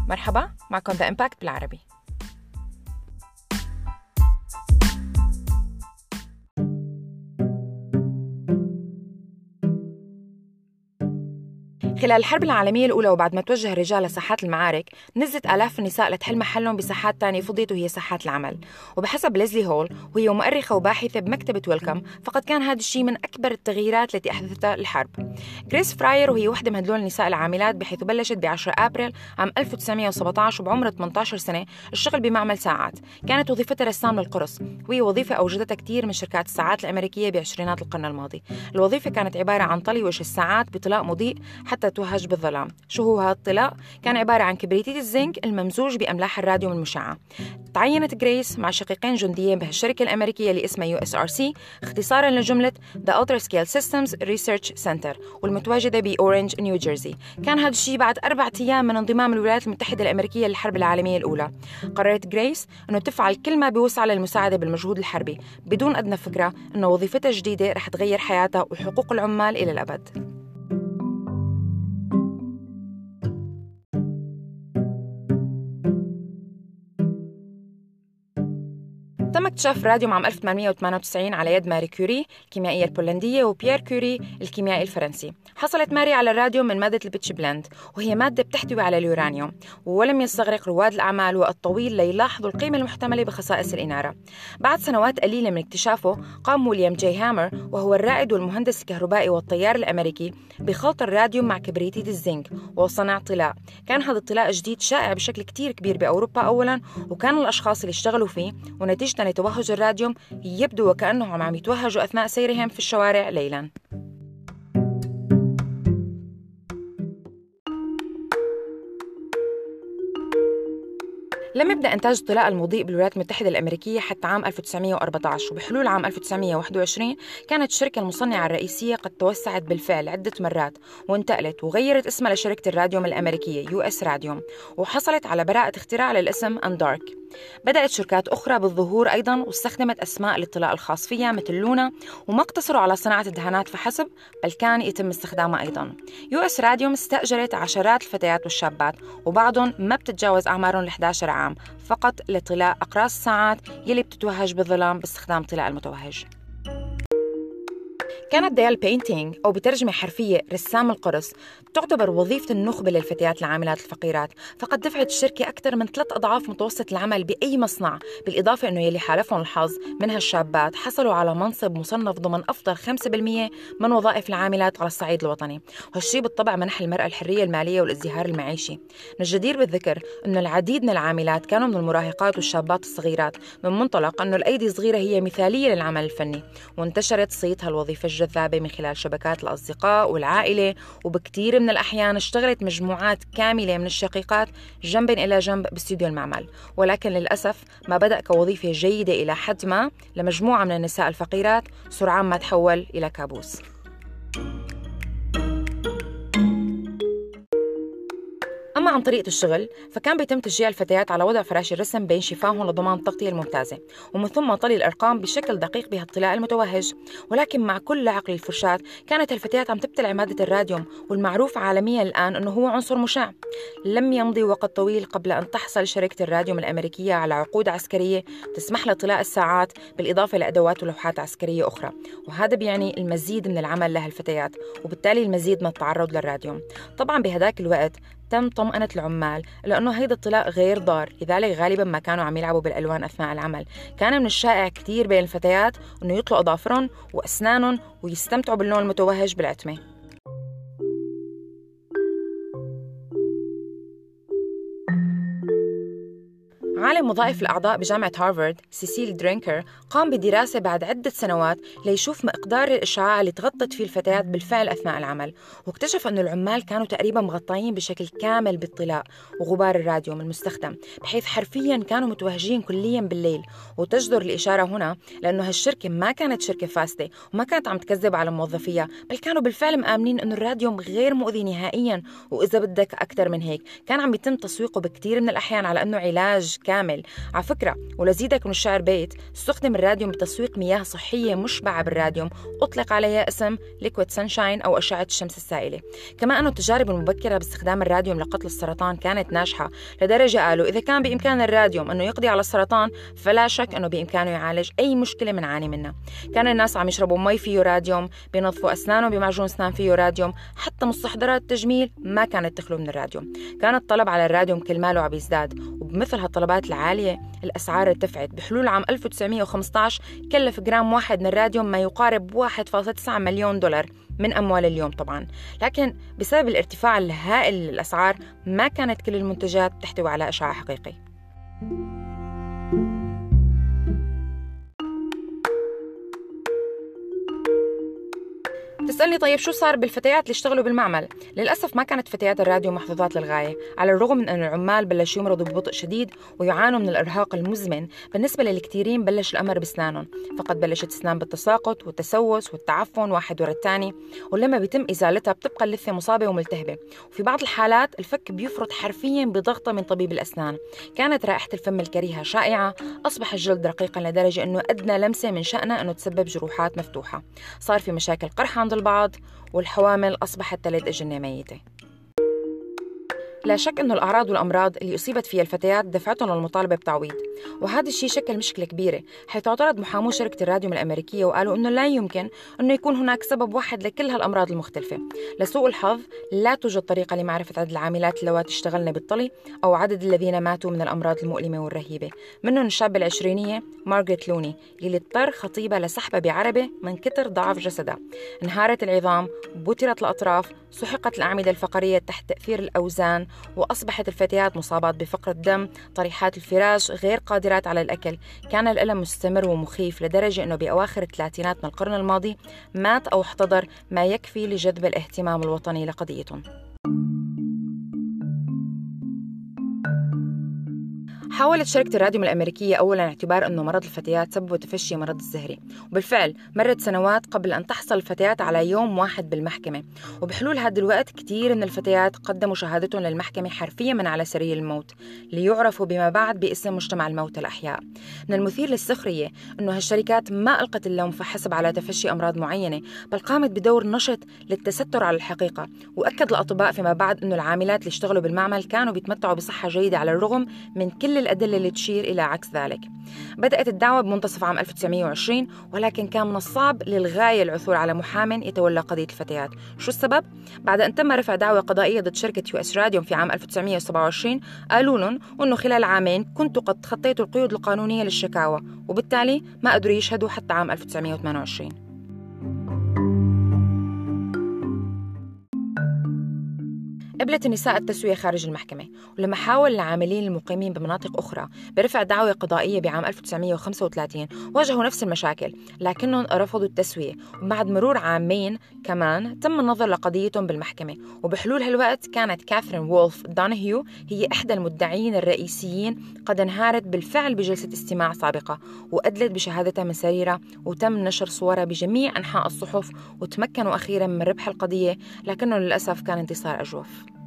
مرحبا، معكم ذا إمباكت بالعربي. خلال الحرب العالمية الأولى وبعد ما توجه الرجال لساحات المعارك، نزلت آلاف النساء لتحل محلهم بساحات تانية فضيت وهي ساحات العمل. وبحسب ليزلي هول، وهي مؤرخة وباحثة بمكتبة ويلكم، فقد كان هذا الشيء من أكبر التغييرات التي أحدثتها الحرب. غريس فراير، وهي واحدة من هدول النساء العاملات، بحيث بلشت ب10 أبريل عام 1917 وبعمر 18 سنة الشغل بمعمل ساعات. كانت وظيفتها رسام للقرص، وهي وظيفة أوجدتها كتير من شركات الساعات الأمريكية بعشرينات القرن الماضي. الوظيفة كانت عبارة عن طلي وجه الساعات بطلاء مضيء حتى توهج بالظلام. شو هو هذا الطلاء؟ كان عبارة عن كبريتيت الزنك الممزوج بأملاح الراديوم المشعة. تعينت غريس مع شقيقين جنديين بهالشركة الأمريكية اللي اسمها USRC، اختصاراً لجملة The Ultra Scale Systems Research Center، والمتواجدة بأورنج نيوجيرسي. كان هذا الشيء بعد 4 أيام من انضمام الولايات المتحدة الأمريكية للحرب العالمية الأولى. قررت غريس أنه تفعل كل ما بوسعها للمساعدة بالمجهود الحربي، بدون أدنى فكرة أنه وظيفتها الجديدة رح تغير حياتها وحقوق العمال إلى الأبد. تم اكتشاف الراديوم عام 1898 على يد ماري كوري الكيميائية البولندية وبيير كوري الكيميائي الفرنسي. حصلت ماري على الراديوم من مادة البيتش بلند، وهي مادة بتحتوي على اليورانيوم. ولم يستغرق رواد الأعمال وقت طويل ليلاحظوا القيمة المحتملة بخصائص الإنارة. بعد سنوات قليلة من اكتشافه، قام ويليام جي هامر، وهو الرائد والمهندس الكهربائي والطيار الأمريكي، بخلط الراديوم مع كبريتيت الزنك وصنع طلاء. كان هذا الطلاء جديد شائع بشكل كتير كبير بأوروبا أولاً، وكان الأشخاص اللي اشتغلوا فيه ونتيجة لتوهج الراديوم يبدو وكأنهم عم يتوهجوا أثناء سيرهم في الشوارع ليلاً. لم يبدأ إنتاج الطلاء المضيء بالولايات المتحدة الأمريكية حتى عام 1914، وبحلول عام 1921 كانت الشركة المصنعة الرئيسية قد توسعت بالفعل عدة مرات، وانتقلت وغيرت اسمها لشركة الراديوم الأمريكية US راديوم، وحصلت على براءة اختراع للاسم أندارك. بدأت شركات أخرى بالظهور أيضاً، واستخدمت أسماء للطلاء الخاص فيها مثل لونا، وما اقتصروا على صناعة الدهانات فحسب، بل كان يتم استخدامها أيضاً. US راديوم استأجرت عشرات الفتيات والشابات، وبعضهم ما بتتجاوز أعمارهم 11 عام، فقط لطلاء أقراص الساعات يلي بتتوهج بالظلام باستخدام طلاء المتوهج. كانت ديال بينتينج، أو بترجمة حرفية رسام القرص، تعتبر وظيفة النخبة للفتيات العاملات الفقيرات، فقد دفعت الشركة أكثر من 3 أضعاف متوسط العمل بأي مصنع. بالإضافة أنه يلي حالفهم الحظ من هالشابات حصلوا على منصب مصنف ضمن أفضل 5% من وظائف العاملات على الصعيد الوطني، وهالشي بالطبع منح المرأة الحرية المالية والازدهار المعيشي. من الجدير بالذكر أنه العديد من العاملات كانوا من المراهقات والشابات الصغيرات، من منطلق أنه الأيدي الصغيرة هي مثالية للعمل الفني، وانتشرت صيتها الوظيفة الجذابة من خلال شبكات الأصدقاء والعائلة. وبكثير من الأحيان اشتغلت مجموعات كاملة من الشقيقات جنبا إلى جنب باستوديو المعمل، ولكن للأسف ما بدأ كوظيفة جيدة إلى حد ما لمجموعة من النساء الفقيرات، سرعان ما تحول إلى كابوس. أما عن طريقة الشغل، فكان بيتم تشجيع الفتيات على وضع فراش الرسم بين شفاههم لضمان التغطية الممتازة، ومن ثم طلي الأرقام بشكل دقيق بهالطلاء المتوهج. ولكن مع كل عقل الفرشاة، كانت الفتيات عم تبتلع مادة الراديوم، والمعروف عالميا الآن أنه هو عنصر مشع. لم يمضي وقت طويل قبل أن تحصل شركة الراديوم الأمريكية على عقود عسكرية تسمح لطلاء الساعات، بالإضافة لأدوات ولوحات عسكرية أخرى، وهذا بيعني المزيد من العمل لهالفتيات، وبالتالي المزيد من التعرض للراديوم. طبعا بهداك الوقت تم طمأنة العمال لأنه هيدا الطلاء غير ضار، لذلك غالباً ما كانوا عم يلعبوا بالألوان أثناء العمل. كان من الشائع كتير بين الفتيات أنه يطلقوا أظافرهم وأسنانهم ويستمتعوا باللون المتوهج بالعتمة. عالم وظائف الأعضاء بجامعة هارفارد سيسيل درينكر قام بدراسة بعد عدة سنوات ليشوف مقدار الإشعاع اللي تغطت فيه الفتيات بالفعل أثناء العمل، واكتشف أن العمال كانوا تقريبا مغطيين بشكل كامل بالطلاء وغبار الراديوم المستخدم، بحيث حرفيا كانوا متوهجين كليا بالليل. وتجدر الإشارة هنا لأنه هالشركة ما كانت شركة فاسدة وما كانت عم تكذب على موظفيها، بل كانوا بالفعل مآمنين أنه الراديوم غير مؤذي نهائيا، وإذا بدك أكثر من هيك كان عم يتم تسويقه بكثير من الأحيان على أنه علاج كامل بالكامل. على فكرة ولزيدك من الشعر بيت، استخدم الراديوم بتسويق مياه صحية مشبعة بالراديوم، أطلق عليها اسم ليكويد سانشاين أو أشعة الشمس السائلة. كما أنه التجارب المبكرة باستخدام الراديوم لقتل السرطان كانت ناجحة، لدرجة قالوا إذا كان بإمكان الراديوم أنه يقضي على السرطان فلا شك أنه بإمكانه يعالج أي مشكلة منعاني منها. كان الناس عم يشربوا مي فيه راديوم، بينظفوا أسنانهم بمعجون أسنان فيه راديوم، حتى مستحضرات التجميل ما كانت تخلو من الراديوم. كان الطلب على الراديوم كل ماله عم يزداد، وبمثل هالطلبات العالية الأسعار ارتفعت. بحلول عام 1915 كلف جرام واحد من الراديوم ما يقارب 1.9 مليون دولار من أموال اليوم طبعاً. لكن بسبب الارتفاع الهائل للأسعار ما كانت كل المنتجات تحتوي على إشعاع حقيقي. تسألني طيب شو صار بالفتيات اللي اشتغلوا بالمعمل؟ للأسف ما كانت فتيات الراديو محظوظات للغاية، على الرغم من أن العمال بلشوا يمرضوا ببطء شديد ويعانوا من الإرهاق المزمن. بالنسبة للكثيرين بلش الأمر بسنانهم، فقد بلشت السنان بالتساقط والتسوس والتعفن واحد ورا الثاني، ولما بيتم إزالتها بتبقى اللثة مصابة وملتهبة، وفي بعض الحالات الفك بيفرط حرفياً بضغطة من طبيب الأسنان. كانت رائحة الفم الكريهة شائعة، أصبح الجلد رقيقاً لدرجة أنه أدنى لمسة من شأنه أنه تسبب جروحات مفتوحة. صار في مشاكل قرح عند البعض، والحوامل أصبحت تلد أجنة ميتة. لا شك أن الأعراض والأمراض اللي أصيبت فيها الفتيات دفعتهم للمطالبة بتعويض، وهذا الشيء شكل مشكلة كبيرة، حيث اعترض محامو شركة الراديوم الأمريكية وقالوا أنه لا يمكن أنه يكون هناك سبب واحد لكل هالأمراض المختلفة. لسوء الحظ لا توجد طريقة لمعرفة عدد العاملات اللواتي اشتغلن بالطلي أو عدد الذين ماتوا من الأمراض المؤلمة والرهيبة، منهم الشاب العشرينية مارغريت لوني اللي اضطر خطيبها لسحبها بعربة من كتر ضعف جسدها. انهارت العظام، بترت الأطراف، سحقت الأعمدة الفقرية تحت تأثير الأوزان، وأصبحت الفتيات مصابات بفقر الدم، طريحات الفراش، غير قادرات على الأكل. كان الألم مستمر ومخيف لدرجة أنه بأواخر الثلاثينات من القرن الماضي مات أو احتضر ما يكفي لجذب الاهتمام الوطني لقضيتهم. حاولت شركة الراديوم الأمريكية أولاً اعتبار أنه مرض الفتيات سبب تفشي مرض الزهري، وبالفعل مرت سنوات قبل أن تحصل الفتيات على يوم واحد بالمحكمة. وبحلول هذا الوقت كتير من الفتيات قدموا شهادتهم للمحكمة حرفياً من على سرير الموت، ليعرفوا بما بعد باسم مجتمع الموتى الأحياء. من المثير للسخرية أنه هالشركات ما ألقت اللوم فحسب على تفشي أمراض معينة، بل قامت بدور نشط للتستر على الحقيقة. وأكد الأطباء فيما بعد أنه العاملات اللي اشتغلوا بالمعمل كانوا بيتمتعوا بصحة جيدة على الرغم من كل الأدلة اللي تشير إلى عكس ذلك. بدأت الدعوة بمنتصف عام 1920، ولكن كان من الصعب للغاية العثور على محام يتولى قضية الفتيات. شو السبب؟ بعد أن تم رفع دعوى قضائية ضد شركة US راديوم في عام 1927، قالوا لهم أنه خلال عامين كنتوا قد تخطيتوا القيود القانونية للشكاوى، وبالتالي ما قدروا يشهدوا حتى عام 1928. قبلت النساء التسوية خارج المحكمة، ولما حاول العاملين المقيمين بمناطق أخرى برفع دعوى قضائية بعام 1935 واجهوا نفس المشاكل، لكنهم رفضوا التسوية. وبعد مرور عامين كمان تم النظر لقضيتهم بالمحكمة، وبحلول هالوقت كانت كاثرين وولف دونهيو هي إحدى المدعيين الرئيسيين قد انهارت بالفعل بجلسة استماع سابقة، وأدلت بشهادتها من سريرها، وتم نشر صورها بجميع أنحاء الصحف، وتمكنوا أخيرا من ربح القضية، لكنه للأسف كان انتصار أجوف.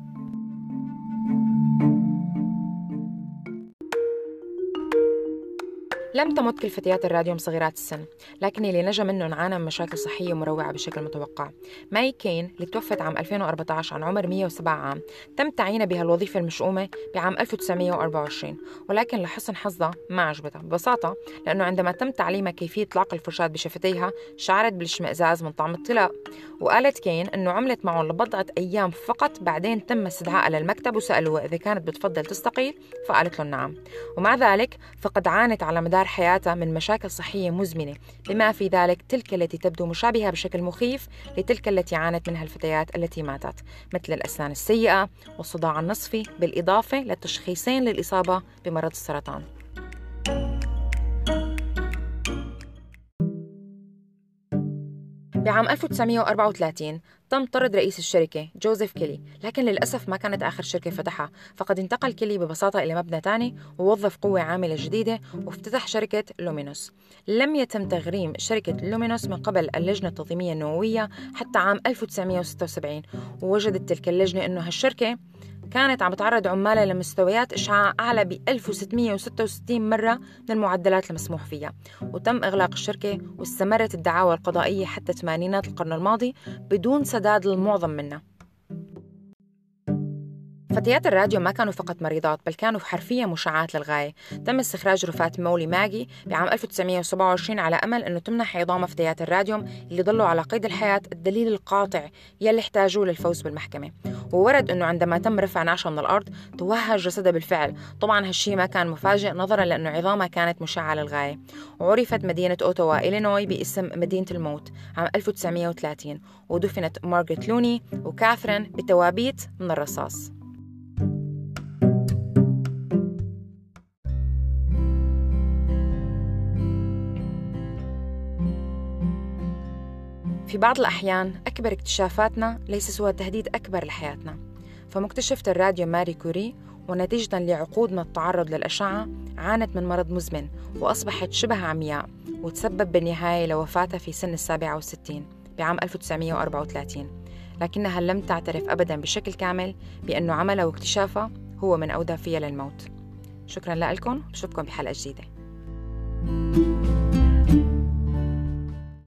لم تمت كل فتيات الراديوم صغيرات السن، لكن اللي نجا منهم عانى من مشاكل صحية مروعة بشكل متوقع. ماي كين اللي توفت عام 2014 عن عمر 107 عام تم تعيينها بهالوظيفة المشؤومة بعام 1924، ولكن لحسن حظها ما عجبتها ببساطة لأنه عندما تم تعليمها كيفية طلاق الفرشاة بشفتيها شعرت بالاشمئزاز من طعم الطلاء. وقالت كين أنه عملت معهم لبضعة أيام فقط، بعدين تم استدعائها للمكتب وسألوها إذا كانت بتفضل تستقيل، فقالت لهم نعم. ومع ذلك فقد عانت على مدار حياتها من مشاكل صحية مزمنة، بما في ذلك تلك التي تبدو مشابهة بشكل مخيف لتلك التي عانت منها الفتيات التي ماتت، مثل الأسنان السيئة والصداع النصفي، بالإضافة للتشخيصين للإصابة بمرض السرطان. بعام 1934 تم طرد رئيس الشركة جوزيف كيلي، لكن للأسف ما كانت آخر شركة فتحها، فقد انتقل كيلي ببساطة إلى مبنى تاني ووظف قوة عاملة جديدة وافتتح شركة لومينوس. لم يتم تغريم شركة لومينوس من قبل اللجنة التنظيمية النووية حتى عام 1976، ووجدت تلك اللجنة أنه هالشركة كانت عم تعرض عمالها لمستويات إشعاع أعلى ب 1666 مرة من المعدلات المسموح فيها، وتم إغلاق الشركة واستمرت الدعاوى القضائية حتى ثمانينات القرن الماضي بدون سداد للمعظم منها. فتيات الراديو ما كانوا فقط مريضات، بل كانوا حرفياً مشعات للغاية. تم استخراج رفات مولي ماجي بعام 1927 على أمل أنه تمنح عظام فتيات الراديوم اللي ضلوا على قيد الحياة الدليل القاطع يلي احتاجوه للفوز بالمحكمة. وورد أنه عندما تم رفع نعشها من الأرض توهج جسدها بالفعل. طبعاً هالشي ما كان مفاجئ نظراً لأنه عظامها كانت مشعة للغاية. وعرفت مدينة أوتوا إلينوي باسم مدينة الموت عام 1930، ودفنت مارغريت لوني وكاثرين بتوابيت من الرصاص. في بعض الأحيان أكبر اكتشافاتنا ليس سوى تهديد أكبر لحياتنا. فمكتشفة الراديو ماري كوري ونتيجة لعقود من التعرض للأشعة عانت من مرض مزمن وأصبحت شبه عمياء، وتسبب بالنهاية لوفاتها في سن 67 بعام 1934. لكنها لم تعترف أبداً بشكل كامل بأنه عملها واكتشافها هو من أودى فيها للموت. شكراً لكم، بشوفكم بحلقة جديدة.